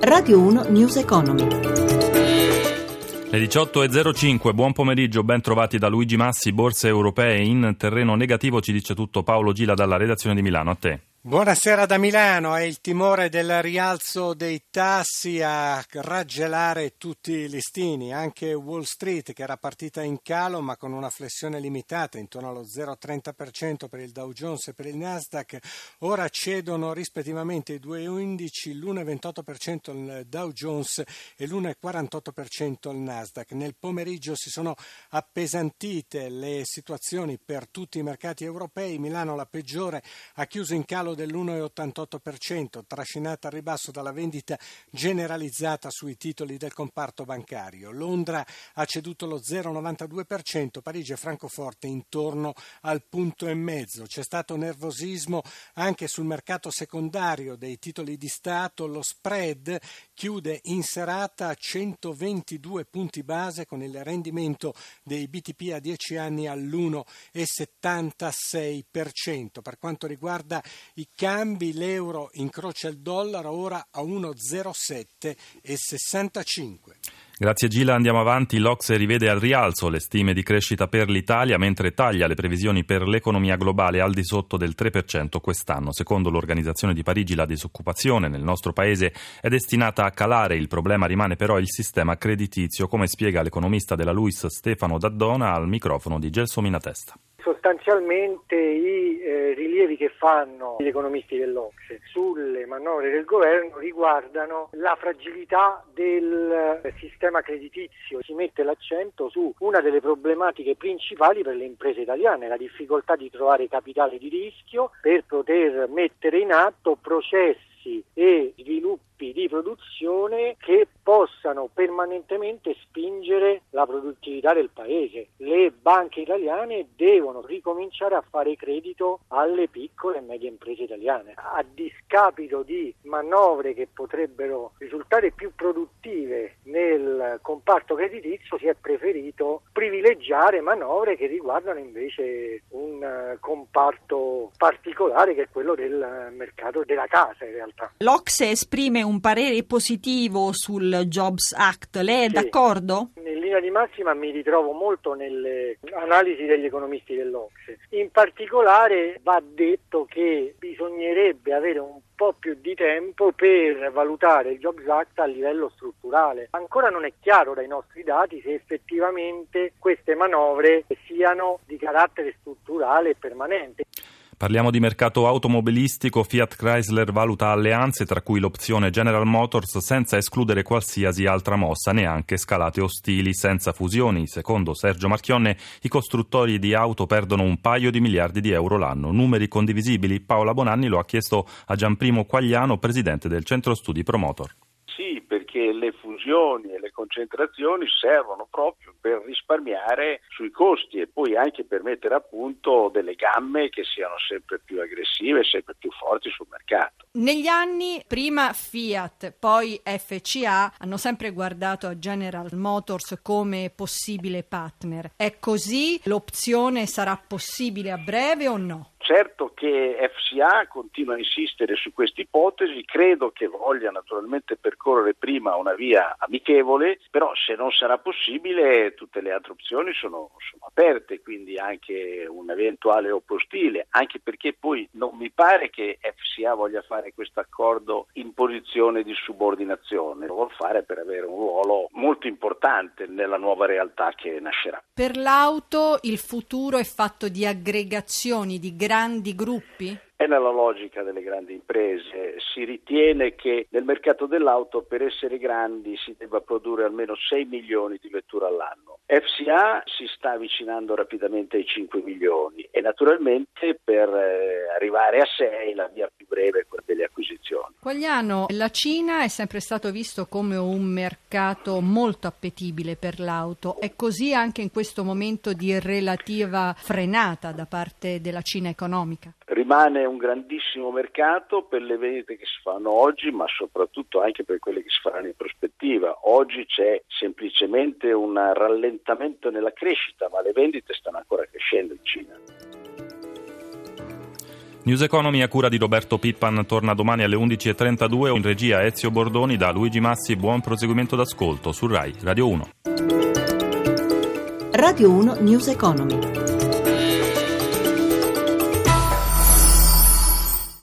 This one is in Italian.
Radio 1 News Economy. Le 18.05, buon pomeriggio, ben trovati da Luigi Massi. Borse europee in terreno negativo, ci dice tutto Paolo Gila dalla redazione di Milano. A te. Buonasera da Milano. È il timore del rialzo dei tassi a raggelare tutti i listini. Anche Wall Street, che era partita in calo ma con una flessione limitata intorno allo 0,30% per il Dow Jones e per il Nasdaq, ora cedono rispettivamente i due indici, l'1,28% il Dow Jones e l'1,48% il Nasdaq. Nel pomeriggio si sono appesantite le situazioni per tutti i mercati europei. Milano, la peggiore, ha chiuso in calo dell'1,88%, trascinata al ribasso dalla vendita generalizzata sui titoli del comparto bancario. Londra ha ceduto lo 0,92%, Parigi e Francoforte intorno al 1,5%. C'è stato nervosismo anche sul mercato secondario dei titoli di Stato. Lo spread chiude in serata a 122 punti base, con il rendimento dei BTP a 10 anni all'1,76%. Per quanto riguarda i cambi, l'euro incrocia il dollaro ora a 1,0765. Grazie Gila, andiamo avanti. L'Ocse rivede al rialzo le stime di crescita per l'Italia, mentre taglia le previsioni per l'economia globale al di sotto del 3% quest'anno. Secondo l'Organizzazione di Parigi, la disoccupazione nel nostro paese è destinata a calare. Il problema rimane però il sistema creditizio, come spiega l'economista della LUISS Stefano Daddona al microfono di Gelsomina Testa. Sostanzialmente i rilievi che fanno gli economisti dell'Ocse sulle manovre del governo riguardano la fragilità del sistema creditizio. Si mette l'accento su una delle problematiche principali per le imprese italiane, la difficoltà di trovare capitale di rischio per poter mettere in atto processi e sviluppi di produzione che possano permanentemente spingere la produttività del paese. Le banche italiane devono ricominciare a fare credito alle piccole e medie imprese italiane. A discapito di manovre che potrebbero risultare più produttive nel comparto creditizio, si è preferito privilegiare manovre che riguardano invece un comparto particolare, che è quello del mercato della casa in realtà. L'Ocse esprime un parere positivo sul Jobs Act. Lei è d'accordo? In linea di massima mi ritrovo molto nelle analisi degli economisti dell'Ocse. In particolare va detto che bisognerebbe avere un po' più di tempo per valutare il Jobs Act a livello strutturale. Ancora non è chiaro dai nostri dati se effettivamente queste manovre siano di carattere strutturale e permanente. Parliamo di mercato automobilistico. Fiat Chrysler valuta alleanze, tra cui l'opzione General Motors, senza escludere qualsiasi altra mossa, neanche scalate ostili. Senza fusioni, secondo Sergio Marchionne, i costruttori di auto perdono un paio di miliardi di euro l'anno. Numeri condivisibili? Paola Bonanni lo ha chiesto a Gianprimo Quagliano, presidente del centro studi Promotor. Sì, perché le fusioni e le concentrazioni servono proprio per risparmiare sui costi e poi anche per mettere a punto delle gamme che siano sempre più aggressive, sempre più forti sul mercato. Negli anni, prima Fiat, poi FCA, hanno sempre guardato a General Motors come possibile partner. È così? L'opzione sarà possibile a breve o no? Certo che FCA continua a insistere su questa ipotesi, credo che voglia naturalmente percorrere prima una via amichevole, però se non sarà possibile tutte le altre opzioni sono aperte, quindi anche un eventuale oppostile, anche perché poi non mi pare che FCA voglia fare questo accordo in posizione di subordinazione, lo vuol fare per avere un ruolo molto importante nella nuova realtà che nascerà. Per l'auto il futuro è fatto di aggregazioni, di grandi gruppi? È nella logica delle grandi imprese. Si ritiene che nel mercato dell'auto per essere grandi si debba produrre almeno 6 milioni di vetture all'anno. FCA si sta avvicinando rapidamente ai 5 milioni e naturalmente per arrivare a 6 la via più breve è quella delle acquisizioni. Quagliano, la Cina è sempre stato visto come un mercato molto appetibile per l'auto. È così anche in questo momento di relativa frenata da parte della Cina economica? Rimane un grandissimo mercato per le vendite che si fanno oggi, ma soprattutto anche per quelle che si faranno in prospettiva. Oggi c'è semplicemente un rallentamento nella crescita, ma le vendite stanno ancora crescendo in Cina. News Economy a cura di Roberto Pippan torna domani alle 11.32, in regia Ezio Bordoni, da Luigi Massi. Buon proseguimento d'ascolto su Rai Radio 1. Radio 1 News Economy.